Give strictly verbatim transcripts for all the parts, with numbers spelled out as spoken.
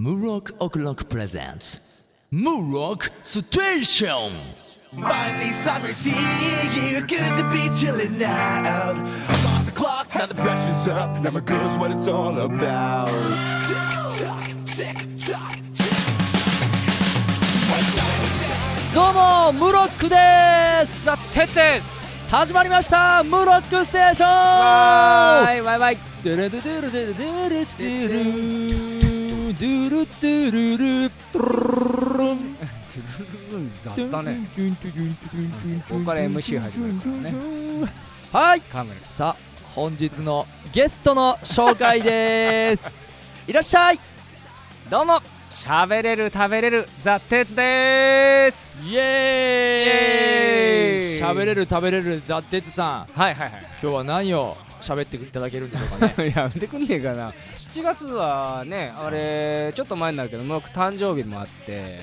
Murok O'Clock presents Murok Station. Finally summer's here, good to be chillin' out. I'm off the clock, now the pressure's up. Now my girl's what it's all about. Tick tock, tick tock, tick tock. どうもムロックです。さあ鉄です。始まりましたムロックステーション。わーいわいわい。ドゥルドゥドゥルドゥルドゥルドゥルドゥルドゥルルドゥルル雑だね。ここから エムシー 始まるからね。はい。さあ本日のゲストの紹介です。いらっしゃい。 どうも喋れる食べれるザ・テツでーす。 イエーイ。喋れる食べれるザ・テツさん、 はいはいはい。 今日は何を喋っていただけるんでしょうかね。 やめてくんねえかな。しちがつはね、あれちょっと前になるけど僕誕生日もあって、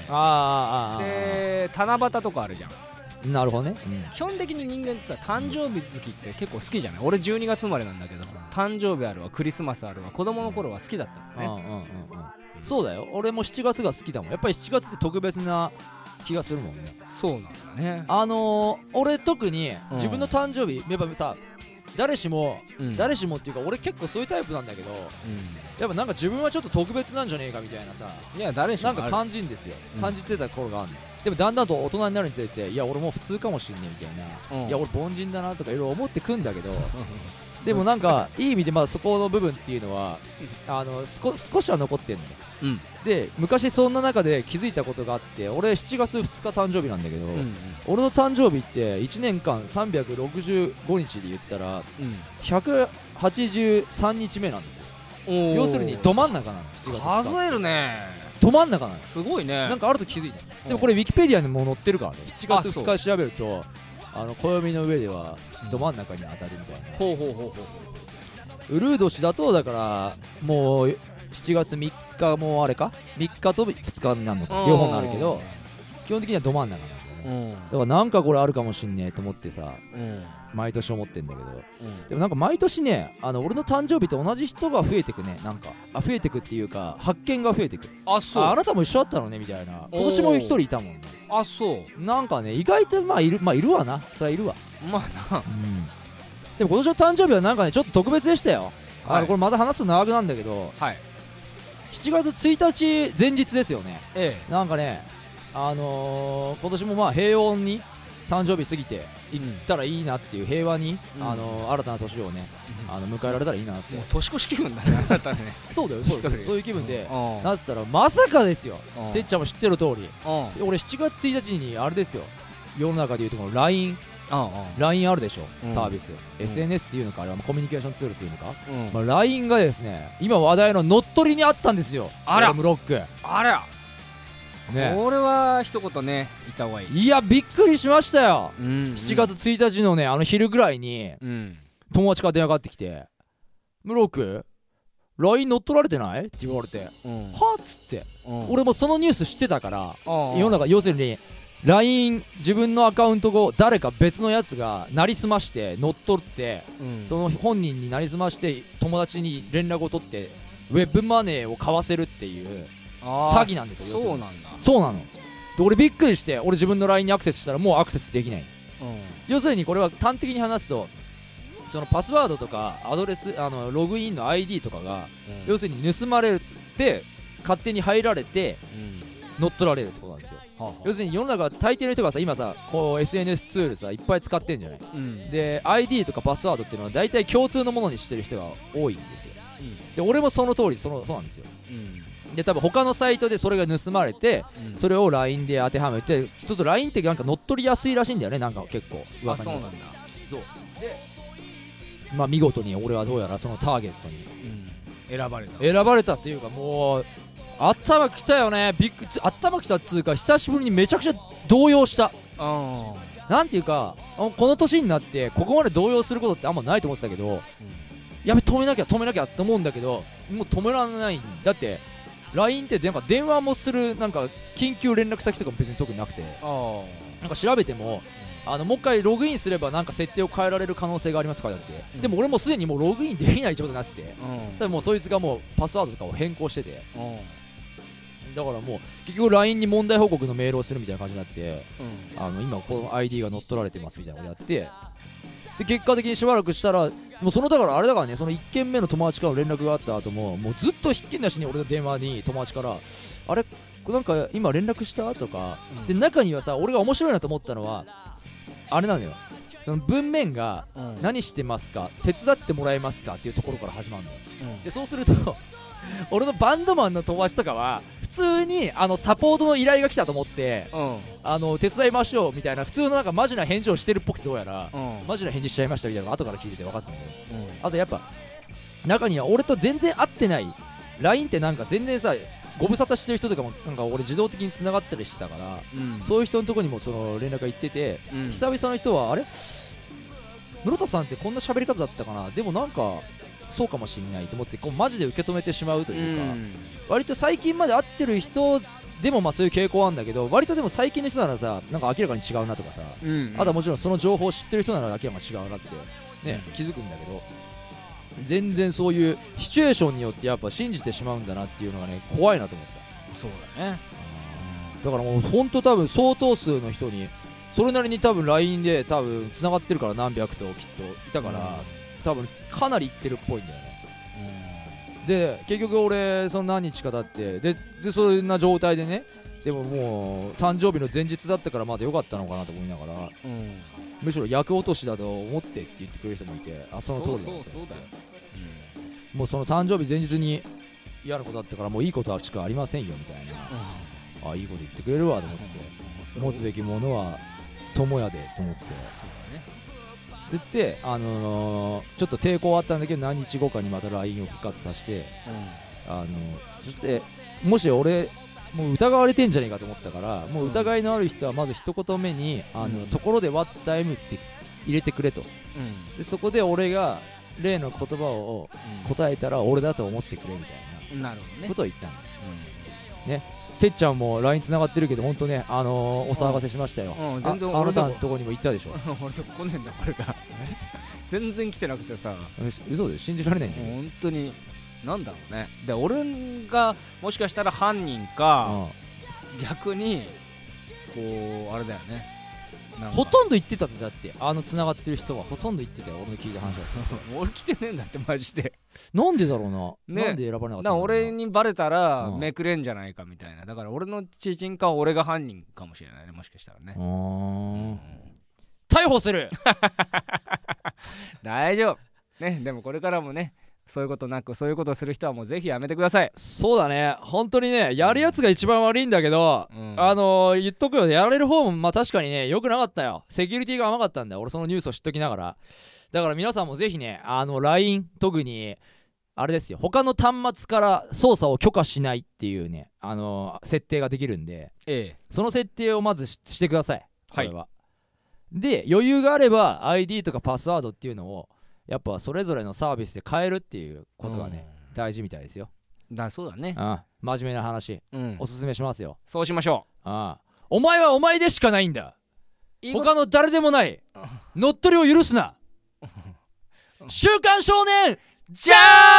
あーあーあーで七夕とかあるじゃん。 なるほどね、うん、 基本的に人間ってさ誕生日好きって結構好きじゃない。俺じゅうにがつ生まれなんだけどさ、誕生日あるわクリスマスあるわ子供の頃は好きだったのね。うんうんうんうん、 そうだよ。俺もしちがつが好きだもん。やっぱりしちがつって特別な気がするもんね。 そうなんだね。 あのー、俺特に自分の誕生日、うん、やっぱさ誰しも、うん、誰しもっていうか俺結構そういうタイプなんだけど、うん、やっぱなんか自分はちょっと特別なんじゃねえかみたいなさ、 いや誰しもなんか感じんですよ、うん、感じてた頃があるの。でもだんだんと大人になるにつれていや俺もう普通かもしんねえみたいな、うん、いや俺凡人だなとかいろいろ思ってくんだけどでもなんかいい意味でまあそこの部分っていうのはあの少しは残ってんのよ、うん、で昔そんな中で気づいたことがあって、俺しちがつふつか誕生日なんだけど、うんうん、俺の誕生日っていちねんかんさんびゃくろくじゅうごにちで言ったら、うん、ひゃくはちじゅうさんにちめなんですよ。要するにど真ん中なの。しちがつ数えるね。 ど真ん中なの。すごいね。 なんかあると気づいた。でもこれウィキペディアにも載ってるからね。しちがつふつか調べるとあの暦の上ではど真ん中に当たるみたいな。ほうほうほうほう。ウルー年だとだからもうしちがつみっかもあれかみっかとふつかになるのか両方になるけど基本的にはど真ん中なんだよね。だからなんかこれあるかもしんねえと思ってさ、毎年思ってんだけど、でもなんか毎年ねあの俺の誕生日と同じ人が増えてくね。なんかあ増えてくっていうか発見が増えてく。あそう あ, あなたも一緒だったのねみたいな。今年も一人いたもんね。 あそうなんかね意外とまあいるまあいるわな。それはいるわまあな、うん、 でも今年の誕生日はなんかねちょっと特別でしたよ。はい、あのこれまた話すと長くなんだけど、はい、しちがつついたち前日ですよね、ええ、なんかね、あのー、今年もまあ平穏に誕生日過ぎていったらいいなっていう、平和に、うんあのー、新たな年をね、うん、あの迎えられたらいいなって。もう年越し気分だねあなたねそうだよそうだよそういう気分でなってたらまさかですよ。てっちゃんも知ってる通り俺しちがつついたちにあれですよ、世の中でいうとこの ラインライン あるでしょ、うん、サービス、うん、エスエヌエス っていうのかあれはコミュニケーションツールっていうのか、うんまあ、ライン がですね今話題の乗っ取りにあったんですよ。 あらムロックあら、ね、これは一言ね言った方がいい。 いやびっくりしましたよ、うんうん、しちがつついたちのねあの昼ぐらいに、うん、友達から電話かかってきてムロック ライン 乗っ取られてないって言われて、うん、はっつって、うん、俺もそのニュース知ってたから世の中要するにライン 自分のアカウントを誰か別のやつがなりすまして乗っ取って、うん、その本人になりすまして友達に連絡を取ってウェブマネーを買わせるっていう詐欺なんですよ。 そうなんだ。 そうなの。で俺びっくりして俺自分の ライン にアクセスしたらもうアクセスできない、うん、要するにこれは端的に話すとそのパスワードとかアドレスあのログインの アイディー とかが、うん、要するに盗まれて勝手に入られて、うん、乗っ取られるってことなんですよ。要するに世の中大抵の人がさ今さこう エスエヌエス ツールさいっぱい使ってんじゃない、うん、で アイディー とかパスワードっていうのは大体共通のものにしてる人が多いんですよ、うん、で俺もその通りそのそうなんですよ、うん、で多分他のサイトでそれが盗まれて、うん、それを ライン で当てはめてちょっと ライン ってなんか乗っ取りやすいらしいんだよね。なんか結構噂に。あそうなんだ。そうでまあ見事に俺はどうやらそのターゲットに、 うん、選ばれた選ばれたっていうかもう頭きたよね。びっくり頭きたっつうか久しぶりにめちゃくちゃ動揺した。あなんていうかこの年になってここまで動揺することってあんまないと思ってたけど、うん、やべ止めなきゃ止めなきゃって思うんだけどもう止められないんだって ライン ってなんか電話もするなんか緊急連絡先とかも別に特になくてあなんか調べてもあのもう一回ログインすればなんか設定を変えられる可能性がありますとかって、うん、でも俺もすでにもうログインできない状態になってて、うん、ただもうそいつがもうパスワードとかを変更してて、うん、 だからもう結局 ライン に問題報告のメールをするみたいな感じになって、 うん、 あの今この アイディー が乗っ取られてますみたいなことやって、で結果的にしばらくしたらもうそのだからあれだからね、そのいっけんめの友達からの連絡があった後ももうずっとひっきりなしに俺の電話に友達からあれなんか今連絡したとか、うん、で中にはさ俺が面白いなと思ったのはあれなのよ、その文面が、うん、何してますか手伝ってもらえますかっていうところから始まるのよ、うん、でそうすると俺のバンドマンの友達とかは普通にあのサポートの依頼が来たと思って、うん、あの手伝いましょうみたいな普通のなんかマジな返事をしてるっぽくて、どうやら、うん、マジな返事しちゃいましたみたいなのが後から聞いてて分かってたんだけど、うん、あとやっぱ中には俺と全然会ってない ライン ってなんか全然さご無沙汰してる人とかもなんか俺自動的に繋がったりしてたから、うん、そういう人のところにもその連絡が行ってて、うん、久々の人はあれ室田さんってこんな喋り方だったかな、でもなんかそうかもしれないと思ってこうマジで受け止めてしまうというか、うん、割と最近まで会ってる人でもまあそういう傾向あるんだけど、割とでも最近の人ならさなんか明らかに違うなとかさ、うん、あとはもちろんその情報を知ってる人なら明らかに違うなって、ねうん、気づくんだけど、全然そういうシチュエーションによってやっぱ信じてしまうんだなっていうのがね怖いなと思った。 そうだね、 だからもうほんと多分相当数の人にそれなりに多分 ライン で多分繋がってるから何百ときっといたから、うん、多分かなりいってるっぽいんだよね、うん、で結局俺その何日か経ってででそんな状態でね、でももう誕生日の前日だったからまだ良かったのかなと思いながら、うん、むしろ厄落としだと思ってって言ってくれる人もいて、あその通りだと思って、もうその誕生日前日に嫌なことだったからもういいことしかありませんよみたいな、うん、あいいこと言ってくれるわと思って、うん、持つべきものは友やでと思って、そうだね絶対あのー、ちょっと抵抗あったんだけど何日後かにまた ライン を復活させて、うん、あのそしてもし俺もう疑われてんじゃねえかと思ったから、もう疑いのある人はまず一言目にあの、うん、ところで What time って入れてくれと、うん、でそこで俺が例の言葉を答えたら俺だと思ってくれみたいなことを言ったんだ、うん、ね。てっちゃんも ライン 繋がってるけど本当ね、あのー、お騒がせしましたよ、うんうん、全然あなたのとこにも行ったでしょ俺とこ来ねえんだこれが全然来てなくてさ、 嘘で信じられないんだよ本当に。なんだろうね、で俺がもしかしたら犯人か、うん、逆にこうあれだよね、 ほとんど言ってたって、だってあの繋がってる人はほとんど言ってたよ、俺の聞いた話は俺来てねえんだってマジで。 なんでだろうな、ね、なんで選ばれなかったんだろうな。 俺にバレたらめくれんじゃないかみたいな、だから俺の知人か俺が犯人かもしれないね、もしかしたらね。うーん、 逮捕する大丈夫ね。でもこれからもねそういうことなく、そういうことをする人はもうぜひやめてください。 そうだね、本当にね、やるやつが一番悪いんだけど、うん、あのー、言っとくよ、やられる方もまあ確かにね良くなかったよ。セキュリティが甘かったんだよ、俺そのニュースを知っときながら。だから皆さんもぜひね、あの ライン 特にあれですよ、他の端末から操作を許可しないっていうね、あのー、設定ができるんで、ええ、その設定をまず し, してください。これは、はい、で余裕があれば アイディー とかパスワードっていうのをやっぱそれぞれのサービスで変えるっていうことがね、うん、大事みたいですよ。 だそうだね、 うん、真面目な話、うん、おすすめしますよ。 そうしましょう。 ああ、お前はお前でしかないんだ、他の誰でもない、乗っ取りを許すな週刊少年ジャ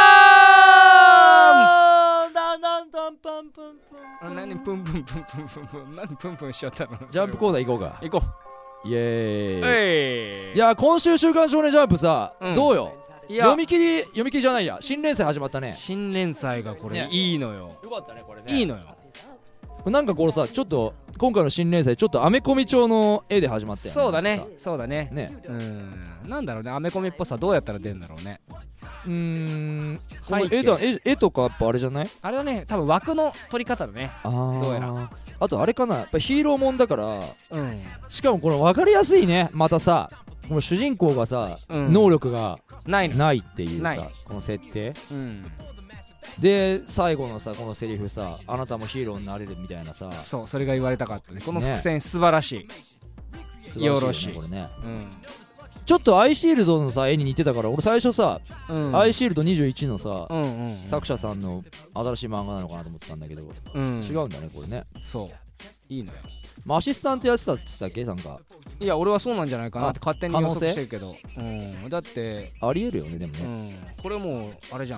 ーンだんだんだんパンプンプン、 何プンプンプンプンプンプン、何プンプンしちゃったの。 ジャンプコーナー行こうか。 行こう。 イエーイ。いや今週週刊少年ジャンプさ、うん、どうよ。いや読み切り読み切りじゃないや、新連載始まったね。 新連載がこれ、ね、いいのよ。 よかったねこれね。 いいのよ。 なんかこれさ、ちょっと今回の新連載ちょっとアメコミ調の絵で始まったよね。 そうだね、そうだね。ね、うん、なんだろうね、アメコミっぽさどうやったら出るんだろうね。 うーん、この絵だ、絵、絵とかやっぱあれじゃない？ あれはね、多分枠の撮り方だね。あー、どうやら。 あとあれかな、やっぱヒーローもんだから、うん、しかもこれ分かりやすいね。またさ、この主人公がさ、うん、能力がないっていうさ、この設定、うん、で最後のさこのセリフさ、あなたもヒーローになれるみたいなさ、 そう、それが言われたかったね。この伏線素晴らしい、よろしい、 これね、うん、ちょっとアイシールドのさ絵に似てたから、俺最初さ、うん、アイシールドにじゅういちのさ、うんうんうん、作者さんの新しい漫画なのかなと思ってたんだけど、うん、違うんだねこれね。 そう、いいのよ。 まあ、アシスタントやってたって言ってたっけ、なんか。 いや俺はそうなんじゃないかなって勝手に予測してるけど、うん、だってありえるよねでもね、 うん、これもうあれじゃん、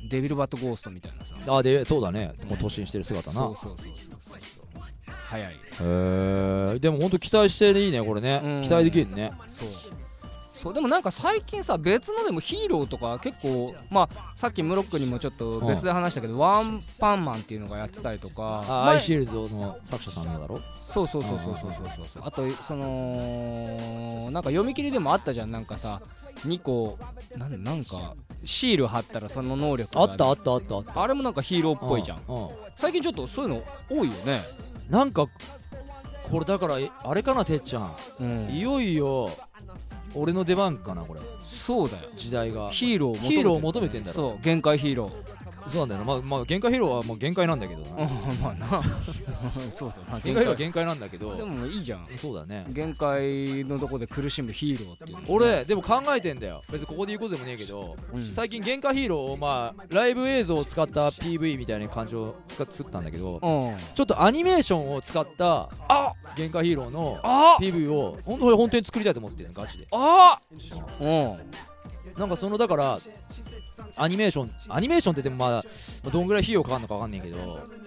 デビルバットゴーストみたいなさ。 あでそうだね、もう突進してる姿な。 そうそうそうそうそう早い。 へえ。でもほんと期待していいねこれね、 うん、 期待できるね。 そうそうでもなんか最近さ別のでもヒーローとか結構まあさっきムロックにもちょっと別で話したけど、うん、ワンパンマンっていうのがやってたりとか、 あアイシールドの作者さんのだろ。 そうそうそうそうそうそうそう。あとそのなんか読み切りでもあったじゃん、なんかさにこなんなんかシール貼ったらその能力があったあったあったあった。 あれもなんかヒーローっぽいじゃん、 うんうん、 最近ちょっとそういうの多いよね。 なんかこれだからあれかなてっちゃん、うん、いよいよ俺の出番かなこれ。 そうだよ、 時代がヒーローを求めてんだよね。 ヒーローを求めてんだろ。 そう限界ヒーロー。 そうなんだよな。まあ、まあ、限界ヒーローはもう限界なんだけどなまあなそうだな、 限界ヒーローは限界なんだけど、 でもいいじゃん。 そうだね、 限界のとこで苦しむヒーローっていうの、ね、 俺でも考えてんだよ。別にここで言うことでもねえけど、うん、最近限界ヒーローをまあライブ映像を使った ピーブイ みたいな感じを作ったんだけど、うん、ちょっとアニメーションを使った限界ヒーローの ピーブイ を本当に本当に作りたいと思ってるのガチで。あうん、なんかそのだからアニメーションアニメーションってでもまあどんぐらい費用かかるのか分かんないけど、うん、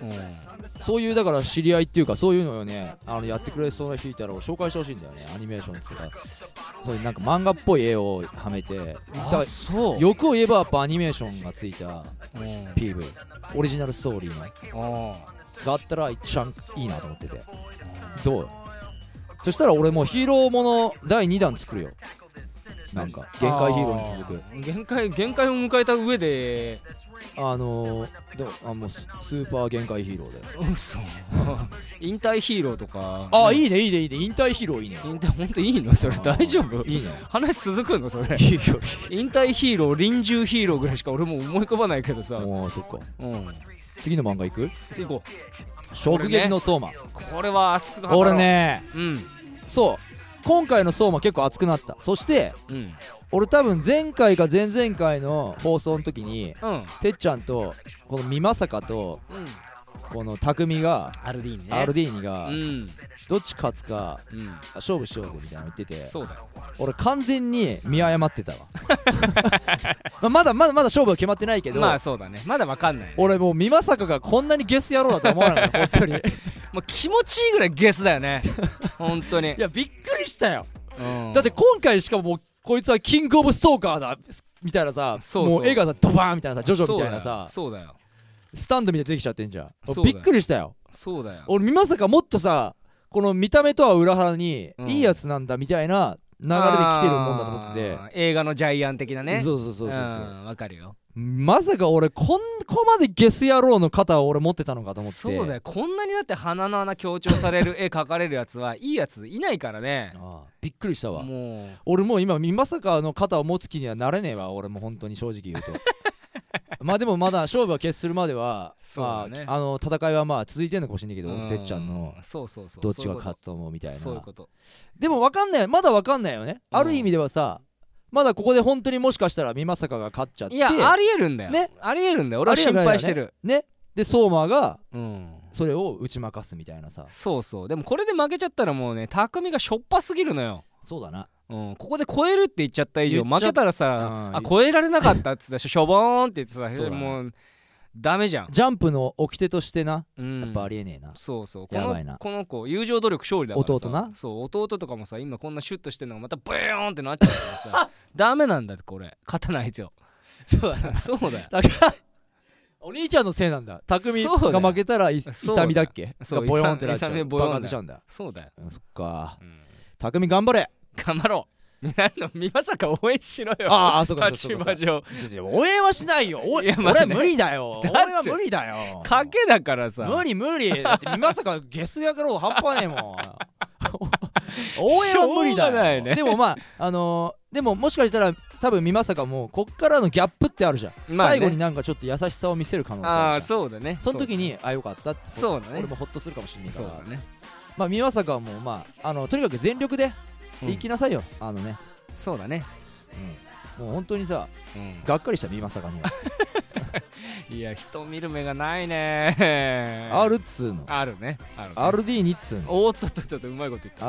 そういうだから知り合いっていうかそういうのをねあのやってくれそうな人いたら紹介してほしいんだよね。アニメーションっていうかそういうなんか漫画っぽい絵をはめて、だそう欲を言えばやっぱアニメーションがついた ピーブイ オリジナルストーリーのがあったら一番いいなと思ってて。どう？そしたら俺もうヒーローものだいにだん作るよ。なんか限界ヒーローに続く限界限界を迎えた上であのー、でもあもうスーパー限界ヒーローで嘘引退ヒーローとか。 あ、いいねいいねいいね。引退ヒーローいいね。 引退ほんといいのそれ？大丈夫？ いいね。 話続くのそれ？ いいよ。 引退ヒーロー臨終ヒーローぐらいしか俺も思い浮かばないけどさ。 もうそっか、うん、次の漫画いく？ 次行こう。直撃の相馬、ね、 これは熱くなった。 俺ね、 うん、 そう今回の相馬結構熱くなった。そして、うん、俺多分前回か前々回の放送の時に、うん、てっちゃんとこの美作と、うん、この匠がアルディーニねアルディーニが、うん、どっち勝つか、 うん、 勝負しようぜみたいなの言ってて、 そうだよ。 俺完全に見誤ってたわまだまだまだ勝負は決まってないけど、 まあそうだね、まだわかんない、ね、 俺もう美作がこんなにゲス野郎だと思わない本当にもう気持ちいいぐらいゲスだよね本当に。 いやびっくりしたよ、 うん、 だって今回しかももうこいつはキングオブストーカーだみたいなさ、 そうそうもう絵がさドバーンみたいなさジョジョみたいなさ、 そうだよ、 スタンドみたいに出てきちゃってんじゃん。びっくりしたよ。 そうだよ。 俺美作もっとさこの見た目とは裏腹に、うん、いいやつなんだみたいな流れで来てるもんだと思ってて、 映画のジャイアン的なね。 そうそうそうそうそう、 わかるよ。 まさか俺こんこまでゲス野郎の肩を俺持ってたのかと思って。 そうだよ、こんなにだって鼻の穴強調される絵描かれるやつはいいやついないからねああびっくりしたわ。 もう俺もう今美作の肩を持つ気にはなれねえわ俺も本当に正直言うとまあでもまだ勝負は決するまでは、まあ、あの戦いはまあ続いてるのかもしれないけど、てっちゃんのそうそうそうどっちが勝つと思うみたいな。 そういうこと。 でも分かんない、まだ分かんないよね。ある意味ではさまだここで本当にもしかしたら美作が勝っちゃって、 いやありえるんだよね、ありえるんだよ。俺は心配してるね, ねで相馬がそれを打ち負かすみたいなさ、うん、 そうそう。でもこれで負けちゃったらもうね匠がしょっぱすぎるのよ。 そうだな、 うん、ここで超えるって言っちゃった以上負けたらさ、あ超えられなかったっつったししょぼーんって言ってさもうダメじゃん。 ジャンプの掟としてな、うん、やっぱありえねえな。 そうそう、 やばいな。 この子友情努力勝利だからさ。 弟な。 そう弟とかもさ今こんなシュッとしてんのがまたブヨーンってなっちゃうからさダメなんだってこれ勝たないと。 そうだなそうだよ。 だからお兄ちゃんのせいなんだ。匠が負けたらいさみだっけがボヨーンってなっちゃう。爆発しちゃうんだ。 そうだよ、 うん、そっか、うん、匠頑張れ頑張ろう。美作応援しろよ。 ああそうか立場上応援はしないよ。いや、まあね、俺は無理だよ。応援は無理だよ。 賭けだからさ。 無理無理。だって美作ゲスやろう半端ねえもん応援は無理だよ。ないね、でもまああのー、でももしかしたら多分美作もこっからのギャップってあるじゃん、まあね、最後になんかちょっと優しさを見せる可能性あるじゃん。 ああそうだね。 その時にあよかったって。 そうだね。 俺もホッとするかもしれないから。 そうだね。 まあ美作はもうまああのとにかく全力で行きなさいよ、うん、あのね。 そうだね、 うん、もう本当にさ、うん、がっかりした美作には。 いや人見る目がないね。 あるっつーの。 あるね。あるね。 アールディーニっつーの。 おーっとっとっとうまいこと言った。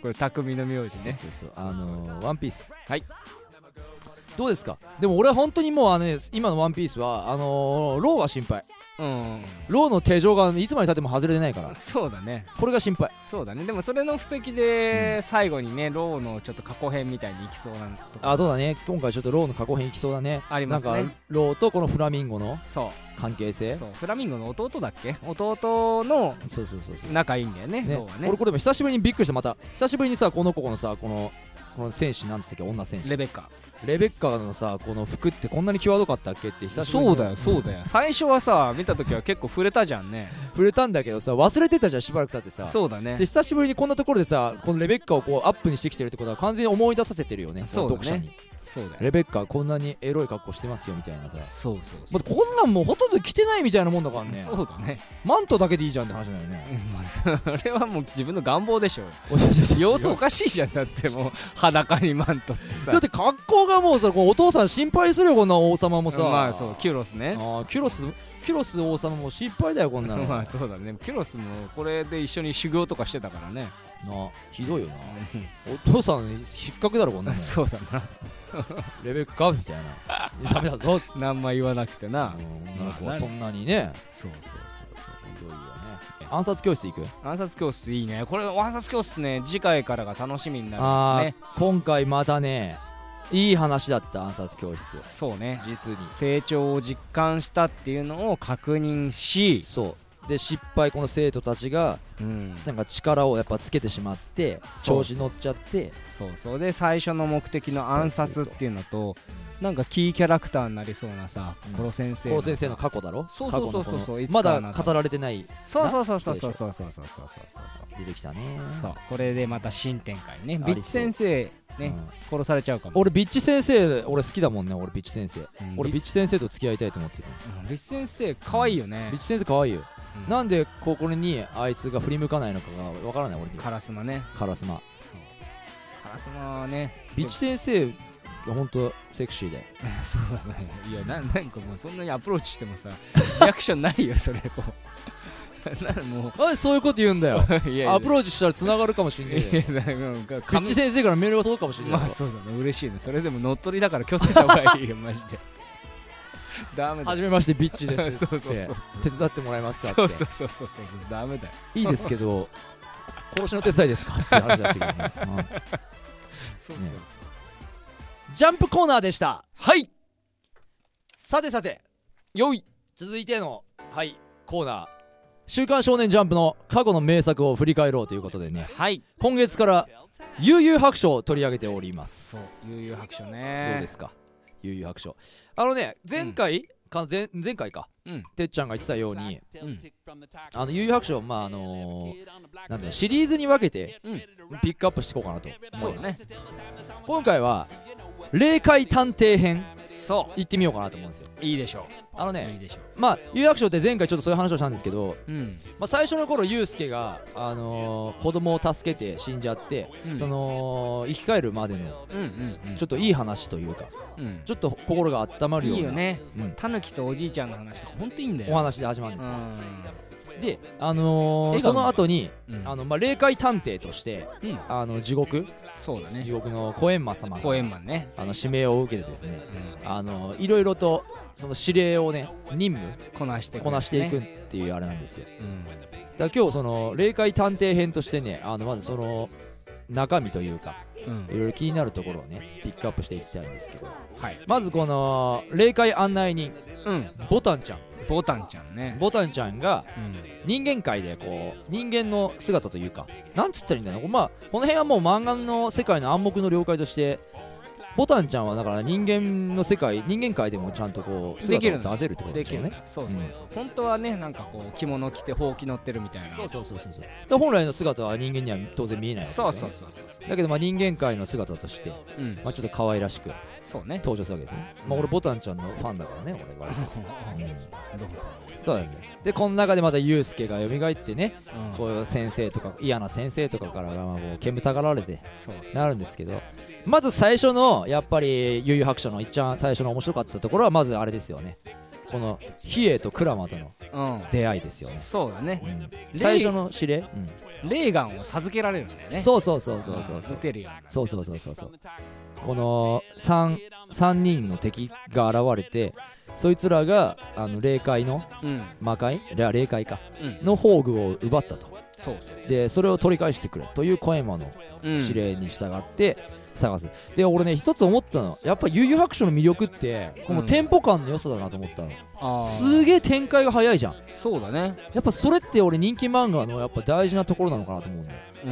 アールディーニこれ匠の名字ね。 そうそうそう、あのー、ワンピース。 はい。 どうですか。でも俺は本当にもうあの、ね、今のワンピースはあのー、ローが心配。 うん、 ローの手錠がいつまでたっても外れてないから。 そうだね、 これが心配。 そうだね。でもそれの布石で最後にね、うん、ローのちょっと過去編みたいにいきそうなとこ。 あ、そうだね。今回ちょっとローの過去編いきそうだね。 ありますね。 なんかローとこのフラミンゴのそう関係性。 そうフラミンゴの弟だっけ、弟のそうそうそうそう仲いいんだよね、 ねローはね。 俺これでも久しぶりにびっくりした。また久しぶりにさ、この子のさ、このこの戦士なんつったっけ、女戦士レベッカレベッカのさ、この服ってこんなに際どかったっけって久しぶりに。 そうだよそうだよ、最初はさ見た時は結構触れたじゃんね。 触れたんだけどさ、忘れてたじゃん、しばらく経ってさ。 そうだね。 で久しぶりにこんなところでさ、このレベッカをこうアップにしてきてるってことは完全に思い出させてるよね、 そうだね、 読者に。 そうだよ、 レベッカこんなにエロい格好してますよみたいなさ。 そうそうそう、 まあ、こんなんもうほとんど着てないみたいなもんだからね。 そうだね、 マントだけでいいじゃんって話だよね。 うん、まあ、それはもう自分の願望でしょ様子おかしいじゃん。だってもう裸にマントってさ、 だって格好がもうさ、こうお父さん心配するよ、こんな王様もさ。 まあそう、キュロスね。 あキュロスキュロス王様も心配だよ、こんなの。 まあそうだね、キュロスもこれで一緒に修行とかしてたからね。 なひどいよな。お父さん失格だろ、こんなの。 そうだなレベッカみたいなダメだぞっつって。 何も言わなくてな、 女の子はそんなにね。 そうそうそうそう、 ひどいよね。暗殺教室行く。 暗殺教室いいね。これ暗殺教室ね、次回からが楽しみになるんですね。 今回またね、いい話だった。暗殺教室、 そうね、 実に成長を実感したっていうのを確認し、 そうで失敗、この生徒たちが、うん、なんか力をやっぱつけてしまって調子乗っちゃって、 そうそうで最初の目的の暗殺っていうのと、なんかキーキャラクターになりそうなさ、うん、コロ先生のコロ先生の過去だろ。 そうそうそうそうそう、 まだ語られてない。 そうそうそうそうそうそうそうそうそうそう出てきたね。 そうこれでまた新展開ね。ビッチ先生ね、うん、殺されちゃうかも。 俺ビッチ先生俺好きだもんね。俺ビッチ先生、うん、俺ビッチ先生と付き合いたいと思ってる、 うん、ビッチ先生可愛いよね、うん、 ビッチ先生可愛いよ、うん、なんでここにあいつが振り向かないのかがわからない。俺にカラスマね。 カラスマ、 そうカラスマはね、 ビッチ先生がほんとセクシーでそうだね。いや な, なんかもうそんなにアプローチしてもさリアクションないよそれ。こうなもうなんでそういうこと言うんだよいやいやアプローチしたら繋がるかもしんないよ。ビッチ先生からメールが届くかもしんない。 まあそうだね、嬉しいね。それでも乗っ取りだから気をつけた方がいいよマジでダメだ。 はじめましてビッチですそうそうそうそう、 手伝ってもらえますかって。 そうそうそうそうそう、ダメだよ。 いいですけど殺しの手伝いですかって話だしけどね、うん、そうそうそう、ね、ジャンプコーナーでした。 はい。 さてさて、よい続いてのはいコーナー、週刊少年ジャンプの過去の名作を振り返ろうということでね、 はい、 今月から悠々白書を取り上げております。 そう悠々白書ね。 どうですか悠々白書。あのね、前回、うんか 前, 前回か、うん、てっちゃんが言ってたように、うん、あの悠々白書、まああのー、なんていうのシリーズに分けて、うん、ピックアップしていこうかなと思います。今回は霊界探偵編、そう行ってみようかなと思うんですよ。 いいでしょう。 あのね、 いいでしょう。 まあ悠々白書って前回ちょっとそういう話をしたんですけど、 うん、 まあ、最初の頃ユウスケが、あのー、子供を助けて死んじゃって、うん、その生き返るまでの、うんうんうん、ちょっといい話というか、うん、ちょっと心が温まるようないいよね、うん、タヌキとおじいちゃんの話とかほんといいんだよ。 お話で始まるんですよ。で、あのー、その後に、うん、あのまあ、霊界探偵として、うん、あの地獄、 そうだね、 地獄のコエンマ様がコエンマン、ね、 あの指名を受けてですね、うん、あのいろいろとその指令をね任務こなしていく、ね、 こなしていくっていうあれなんですよ、うん、だから今日その霊界探偵編としてね、あのまずその中身というか、うん、いろいろ気になるところをねピックアップしていきたいんですけど、はい、まずこの霊界案内人、うん、ボタンちゃんボタンちゃんね。 ボタンちゃんが人間界でこう人間の姿というか、なんつったらいいんだろう、まあこの辺はもう漫画の世界の暗黙の了解として、ボタンちゃんはだから人間の世界、人間界でもちゃんとこう姿を出せるってことですよね。 そうそうそう、うん、本当はね、なんかこう着物着てほうき乗ってるみたいな。 そうそうそうそうそう。で本来の姿は人間には当然見えないわけですよね。そうそうそうそう。だけどまあ人間界の姿として、うん、まあちょっと可愛らしくそうね登場するわけですね。まあ俺ボタンちゃんのファンだからね、俺は。うん、どうそうだね。でこの中でまたユウスケが蘇ってね、うん、こういう先生とか嫌な先生とかからこう煙たがられてなるんですけど、まず最初のやっぱり悠々白書の一番最初の面白かったところはまずあれですよね、 この比叡とクラマとの出会いですよね、 うん、そうだね、 うん、最初の指令、 うん、レーガンを授けられるんだよね。 そうそうそうそうそう撃てるような。 そうそうそうそうそうこの 3, 3人の敵が現れて、そいつらがあの霊界の、うん、魔界霊界か、うん、の宝具を奪ったと。 そうそうでそれを取り返してくれという小山の指令に従って探す、うん、で俺ね一つ思ったの、やっぱ悠々白書の魅力ってこのテンポ感の良さだなと思ったの、うん、すげえ展開が早いじゃん。 そうだね、 やっぱそれって俺人気漫画のやっぱ大事なところなのかなと思うんだよ、うん、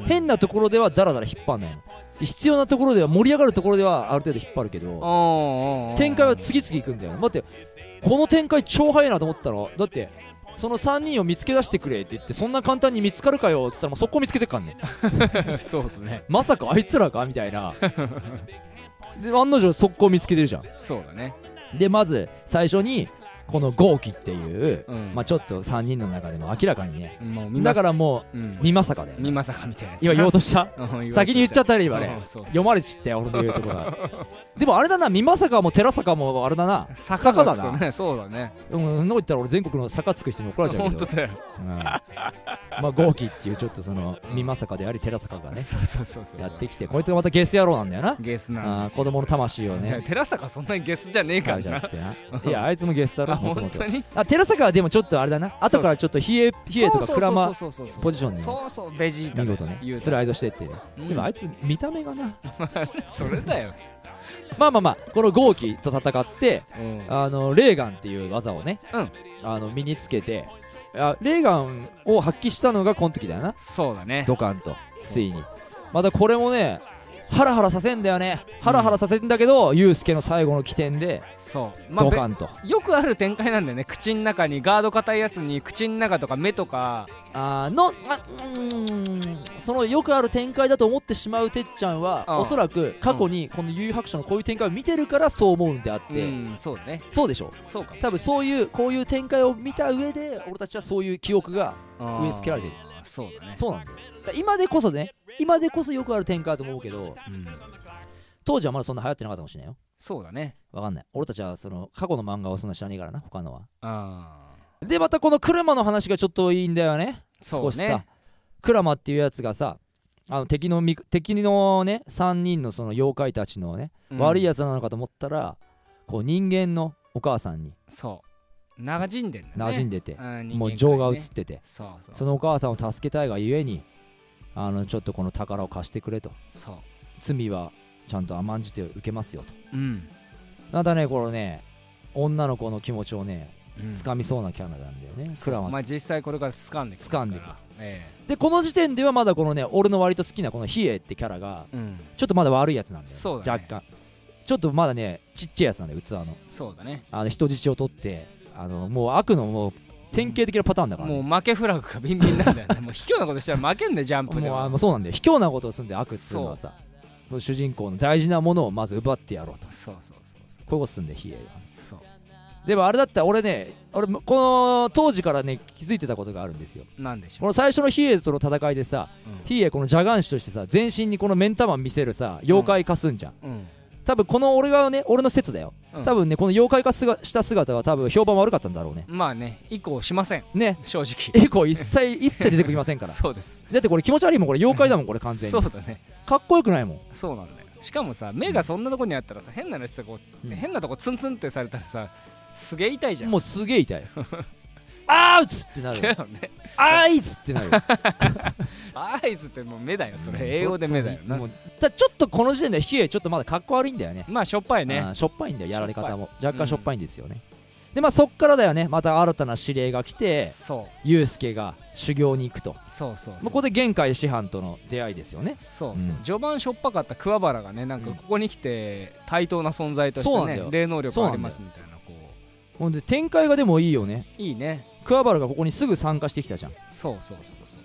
変なところではダラダラ引っ張んないの、必要なところでは盛り上がるところではある程度引っ張るけど、展開は次々いくんだよ。待って、この展開超早いなと思ったの。だってそのさんにんを見つけ出してくれって言って、そんな簡単に見つかるかよって言ったらもう速攻見つけてっからねそうだね、 まさかあいつらかみたいなで案の定速攻見つけてるじゃん。 そうだね。 でまず最初にこの豪輝っていう、うん、まあちょっとさんにんの中でも明らかにね、もうだからもう、うん、見まさかだよね。 見まさかみたいなやつ今言おうとした先に言っちゃったね今ね、うん、そうそう読まれちったよ俺の言うところがでもあれだな、見まさかも寺坂もあれだな、 坂だな、ね、そうだね。 うん、そんなこと言ったら俺全国の坂つく人に怒られちゃうけど本当だよ、 うん、まあ豪輝っていうちょっとその見まさかであり寺坂がねそうそうそうそうやってきて、こいつがまたゲス野郎なんだよな。 ゲスなんです。 子供の魂をね寺坂そんなにゲスじゃねえからないやあいつもゲスだろ本当に。 あ寺坂はでもちょっとあれだな、後からちょっと冷え冷えとかクラマポジションにそうそうベジータ見事ねスライドしてってね、うん、でもあいつ見た目がなそれだよまあまあまあこの豪輝と戦って、うん、あのレーガンっていう技をね、うん、あの身につけて、あレーガンを発揮したのがこの時だよな。 そうだね、 ドカンとついにまたこれもねハラハラさせんだよね、ハラハラさせんだけど、うん、ユウスケの最後の起点でそう、まあ、ドカンとよくある展開なんだよね。口の中にガード硬いやつに口の中とか目とかあのあうーんそのよくある展開だと思ってしまうてっちゃんはおそらく過去にこの悠々白書のこういう展開を見てるからそう思うんであって、うん、そうね、そうでしょ。 そうか、 多分そういうこういう展開を見た上で俺たちはそういう記憶が植え付けられてる。 そうだね、 そうなんだよ。だ今でこそね、今でこそよくある展開だと思うけど、うん、当時はまだそんな流行ってなかったかもしれないよ。 そうだね、 わかんない。俺たちはその過去の漫画をそんな知らねえからな、他のは。あでまたこのクラマの話がちょっといいんだよね。少しさ、クラマっていうやつがさ、あの敵の敵のねさんにんのその妖怪たちのね、うん、悪いやつなのかと思ったら、こう人間のお母さんにそう馴染んでんだね。 馴染んでて、ね、もう情が移ってて、そうそうそう、そのお母さんを助けたいがゆえに、あのちょっとこの宝を貸してくれと。そう、罪はちゃんと甘んじて受けますよと、うん、またねこのね女の子の気持ちをね掴みそうなキャラなんだよね、うん、クラマ。 まあ実際これから掴んでいく掴んでいく、ええ、でこの時点ではまだこのね俺の割と好きなこのヒエってキャラが、うん、ちょっとまだ悪いやつなんだよ、そうだね、若干ちょっとまだねちっちゃいやつなんだよ器の。そうだね、あの人質を取ってあのもう悪のもう典型的なパターンだから、ね、 もう負けフラグがビンビンなんだよねもう卑怯なことしたら負けんだよジャンプでは。 もうあのそうなんだよ、卑怯なことをするんで悪っていうのはさ、そう主人公の大事なものをまず奪ってやろうと。そうそうそうそう、こういうことすんでヒエが。そうでもあれだったら俺ね、俺この当時からね気づいてたことがあるんですよ。なんでしょう。この最初のヒエとの戦いでさ、うん、ヒエこの邪眼師としてさ全身にこの目ん玉見せるさ妖怪化すんじゃん、うんうん、多分この俺がね俺の説だよ、うん、多分ねこの妖怪化した姿は多分評判悪かったんだろうね。 まあね以降しませんね、正直以降一切一切出てきませんからそうです。 だってこれ気持ち悪いもん、これ妖怪だもんこれ完全にそうだね、 かっこよくないもん。 そうなんだよ。しかもさ目がそんなとこにあったらさ、変なのしてこう、うん、変なとこツンツンってされたらさすげえ痛いじゃん。 もうすげえ痛いあーうつってなるよね。あーいつってなるあーいつってもう目だよそれ、うん、英語で目だよな。もうだちょっとこの時点でヒエちょっとまだかっこ悪いんだよね。 まあしょっぱいね、 しょっぱいんだよやられ方も若干しょっぱいんですよね、うん、でまあそっからだよね、また新たな指令が来て、そうユウスケが修行に行くと。そうそうそう、ここで玄海師範との出会いですよね。そうそう、うん、序盤しょっぱかった桑原がねなんかここに来て対等な存在としてね、うん、霊能力ありますみたいな、こうほんで展開がでもいいよね。 いいね。 桑原がここにすぐ参加してきたじゃん。 そうそうそうそう。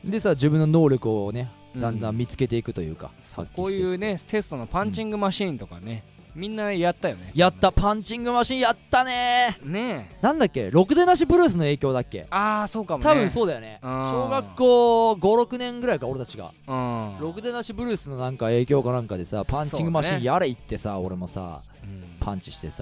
でさ自分の能力をねだんだん見つけていくというか、 うん、こういうねテストのパンチングマシーンとかね、うん、みんなやったよね。 やった、パンチングマシーンやったねー。ねえなんだっけ、ろくでなしブルースの影響だっけ。 ああそうかもね、 多分そうだよね。小学校ごろくねんぐらいか俺たちがろくでなしブルースのなんか影響かなんかでさパンチングマシーンやれ行ってさ、俺もさ、うん、パンチしてさ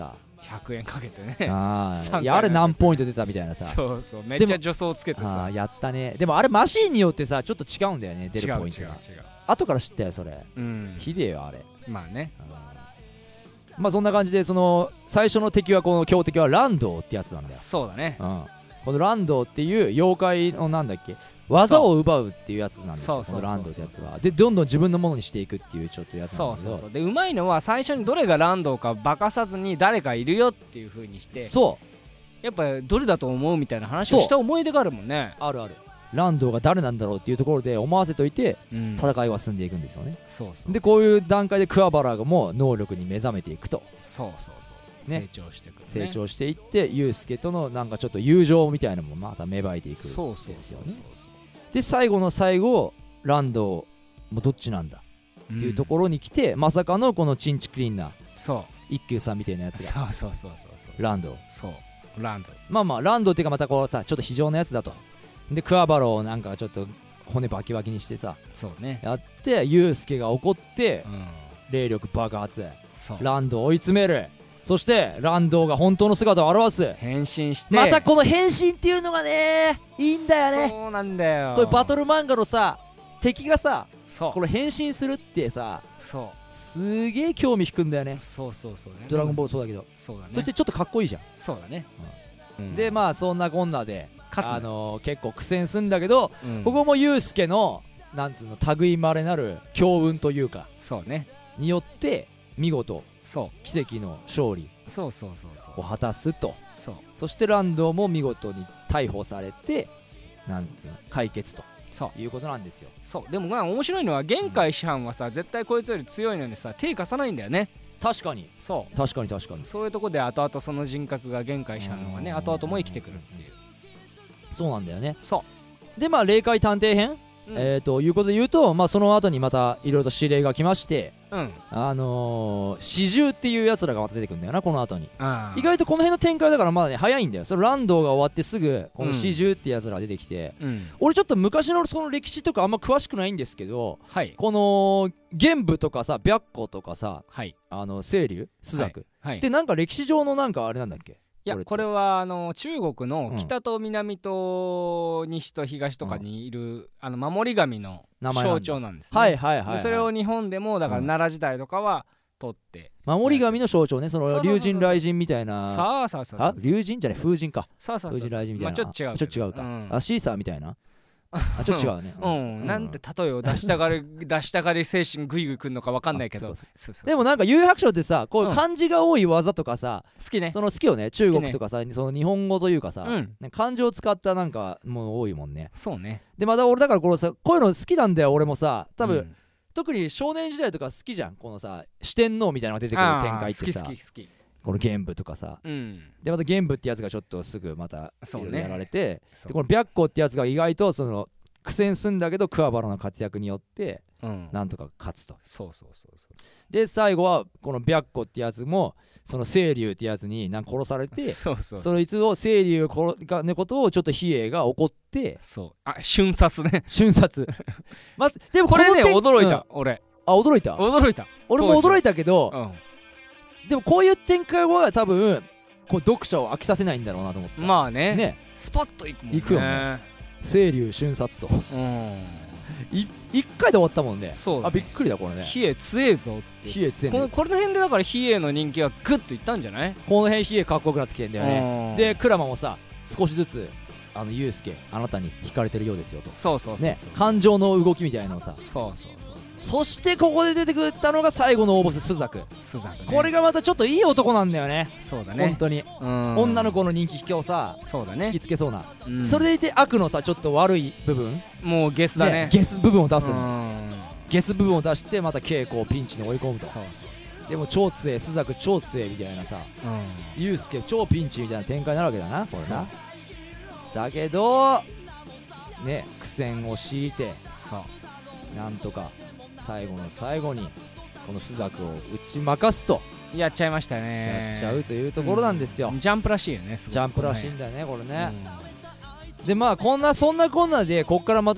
ひゃくえんかけてねあいやあれ何ポイント出たみたいなさそうそうめっちゃ助走つけてさあやったね。でもあれマシンによってさちょっと違うんだよね出るポイントが。 違う違う違う後から知ったよそれ、 うん、 ひでえよあれ。 まあね、 うん、まあそんな感じでその最初の敵はこの強敵はランドウってやつなんだよ。 そうだね、 うん、このランドウっていう妖怪のなんだっけ技を奪うっていうやつなんですよ。このランドウってやつはでどんどん自分のものにしていくっていうちょっとやつなんだけど、 そうそうそうでうまいのは最初にどれがランドウか化かさずに誰かいるよっていう風にして、 そうやっぱどれだと思うみたいな話をした思い出があるもんね。 あるある。ランドウが誰なんだろうっていうところで思わせといて、うん、戦いは進んでいくんですよね。 そうそうでこういう段階で桑原がもう能力に目覚めていくと。 そうそうそう、ね、成長していく、ね、 成長していってユウスケとのなんかちょっと友情みたいなのもまた芽生えていくんですよね。 そうそうそうそう。 で最後の最後ランドウもどっちなんだっていうところに来て、うん、まさかのこのチンチクリーンなそう一休さんみたいなやつがそうそうそうそうそうランドウそうランドウまあまあランドウっていうかまたこうさちょっと非常なやつだと。でクワバロをなんかちょっと骨バキバキにしてさそうねやってユウスケが怒って、うん、霊力爆発ランドウを追い詰める。そしてランドウが本当の姿を現す変身してまたこの変身っていうのがねいいんだよね。 そうなんだよ。 これバトル漫画のさ敵がさそうこの変身するってさそうすげえ興味引くんだよね。 そうそうそうねドラゴンボールそうだけどそうだね。 そしてちょっとかっこいいじゃん。 そうだね、 うん、でまあそんなこんなであのー、結構苦戦すんだけど、うん、ここもユウスケのなんつうの類まれなる強運というかそうねによって見事そう奇跡の勝利そうそうそうそうを果たすと。 そう。 そしてランドも見事に逮捕されてなんつうの解決とそういうことなんですよ。 そうでもまあ面白いのは玄海師範はさ、うん、絶対こいつより強いのにさ手貸さないんだよね。 確かにそう確かに確かにそういうとこで後々その人格が玄海師範の方がね後々も生きてくるっていう。 そうなんだよね。 そうでまあ霊界探偵編、うん、えー、ということで言うと、まあ、その後にまたいろいろと指令が来まして、うん、あのー、四獣っていうやつらがまた出てくるんだよなこの後に。意外とこの辺の展開だからまだね早いんだよ。それランドが終わってすぐこの四獣ってやつらが出てきて、うん、俺ちょっと昔のその歴史とかあんま詳しくないんですけど、はい、この玄武とかさ白虎とかさ、はい、あの青龍朱雀、はいはい、でなんか歴史上のなんかあれなんだっけ。 いやこれはあの中国の北と南と西と東とかにいる、うん、あの守り神の象徴なんですね。 はいはいはい、はい、 それを日本でもだから奈良時代とかは取って、 うん、守り神の象徴ね。その龍神雷神みたいな。 そうそうそうそう。 あ龍神じゃない風神か。 そうそうそうそう。 風神雷神みたいな、 まあ、ちょっと違うちょっと違うか、うん、あシーサーみたいなあちょっと違うねうん、うんうん、なんて例えを出したがる出したがり精神グイグイくんのか分かんないけどでもなんか幽遊白書ってさこういう漢字が多い技とかさ、 うん、好きね。 その好きよね中国とかさ、ね、その日本語というかさ、うん、漢字を使ったなんかもう多いもんね。 そうね。 でまた俺だからこのさこういうの好きなんだよ俺もさ多分、うん、特に少年時代とか好きじゃんこのさ四天王みたいなのが出てくる展開ってさ好き好き好きこの玄武とかさ、うん、でまた玄武ってやつがちょっとすぐまたいろいろやられて、ね、でこの白虎ってやつが意外とその苦戦すんだけど桑原の活躍によって、うん、なんとか勝つと。 そうそうそうそう。 で最後はこの白虎ってやつもその青龍ってやつになんか殺されてそうそうそうそのいつを青龍がのことをちょっと比叡が怒ってそうあ瞬殺ね瞬殺まずでもこれね驚いた、うん、俺あ驚いた驚いた俺も驚いたけど、うん、でもこういう展開は多分こう読者を飽きさせないんだろうなと思って。 まあねねスパッといくもんね。 いくよね青龍瞬殺と、うん、い一回で終わったもんね。 そうだね。 あびっくりだこれね。 比叡強えぞって比叡強えこのこれの辺でだから比叡の人気はグッといったんじゃない。 この辺比叡かっこよくなってきてんだよね。で鞍馬もさ少しずつあのユウスケあなたに惹かれてるようですよと。 そうそうそうそう、ね、 感情の動きみたいなのさ。 そうそうそう。 そしてここで出てくったのが最後の大ボス朱雀。 朱雀、ね、 これがまたちょっといい男なんだよね。 そうだね本当に女の子の人気引きをさそうだね引きつけそうな、うん、それでいて悪のさちょっと悪い部分もうゲスだね、 ね、ゲス部分を出すゲス部分を出してまた稽古をピンチに追い込むと。そうそうでも超強え朱雀超強えみたいなさ、うん、ユウスケ超ピンチみたいな展開になるわけだなこれな。だけどね苦戦を強いてそうなんとか最後の最後にこの朱雀を打ち負かすとやっちゃいましたね。 やっちゃうというところなんですよ、 うん、ジャンプらしいよね。すごいジャンプらしいんだよねこれね、うん、でまあこんなそんなこんなでこっからまた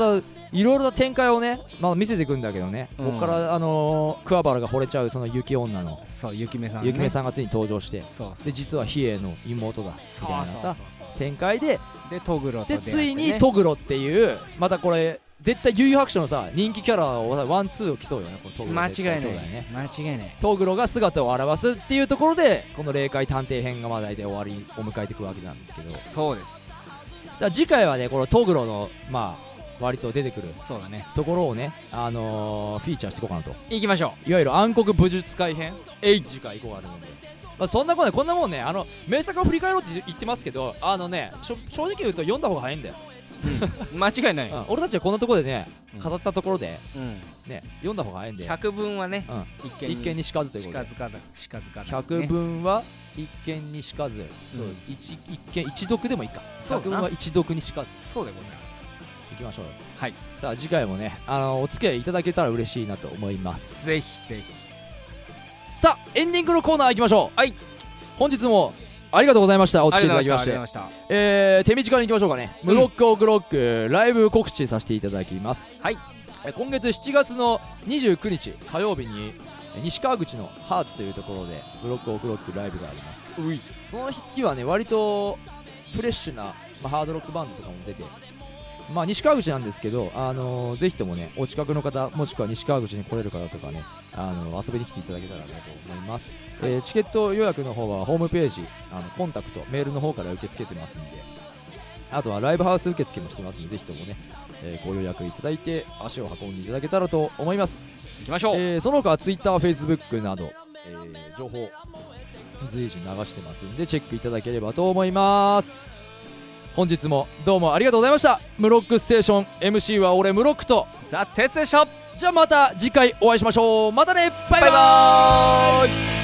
いろいろな展開をね、まあ、見せていくんだけどね、うん、ここからあのー、桑原が惚れちゃうその雪女のそう雪目さん、ね、 雪目さんがついに登場して、 そうそうで実は比叡の妹だみたいなさ展開で、 でトグロと出会ってね、 でついにトグロっていうまたこれ絶対悠々白書のさ人気キャラをワンツーを競うよね、このトグロ間違いないね、間違いない。 トグロが姿を現すっていうところでこの霊界探偵編がまあ大体終わりを迎えていくわけなんですけど、 そうです。 だから次回はねこのトグロのまあ割と出てくるそうだねところをね、あのー、フィーチャーしていこうかなと。 いきましょう。いわゆる暗黒武術会編えい次回いこうかと思うんで、まあ、そんなことねこんなもんね、あの名作を振り返ろうって言ってますけど、あのね正直言うと読んだ方が早いんだよ、 うん、間違いない、 うん、俺たちはこんなところでね、うん、飾ったところで、 うん、 ね読んだ方が早いんで、 百聞はね、 うん、 一見に一見にしかずということで、 しかずかしかずか、ね、 百聞は一見にしかず、うん、そう 一, 一見一読でもいいか、百聞は一読にしかず、 そうでございます。 いきましょうよ。 はい。さあ次回もねあのお付き合いいただけたら嬉しいなと思います。 ぜひぜひ。 さあエンディングのコーナーいきましょう。 はい。 本日もありがとうございました。お付き合いいただきまして。 ありがとうございました。 えー、手短にいきましょうかね。ムロックオクロックライブ告知させていただきます。 はい。 え今月しちがつのにじゅうくにち火曜日に西川口のハーツというところでムロックオクロックライブがあります。 うい。 その日はね割とフレッシュな、まあ、ハードロックバンドとかも出て、まあ西川口なんですけど、あのー、ぜひともねお近くの方もしくは西川口に来れる方とかね、あのー、遊びに来ていただけたらなと思います。はい、えー、チケット予約の方はホームページあのコンタクトメールの方から受け付けてますんで、あとはライブハウス受付もしてますのでぜひともね、えー、ご予約いただいて足を運んでいただけたらと思います。 行きましょう。 えー、その他は Twitter、Facebook など、えー、情報随時流してますんでチェックいただければと思います。本日もどうもありがとうございました。ムロックステーション エムシー は俺ムロックとザ・テスでした。 じゃあまた次回お会いしましょう。またね、バイバーイ。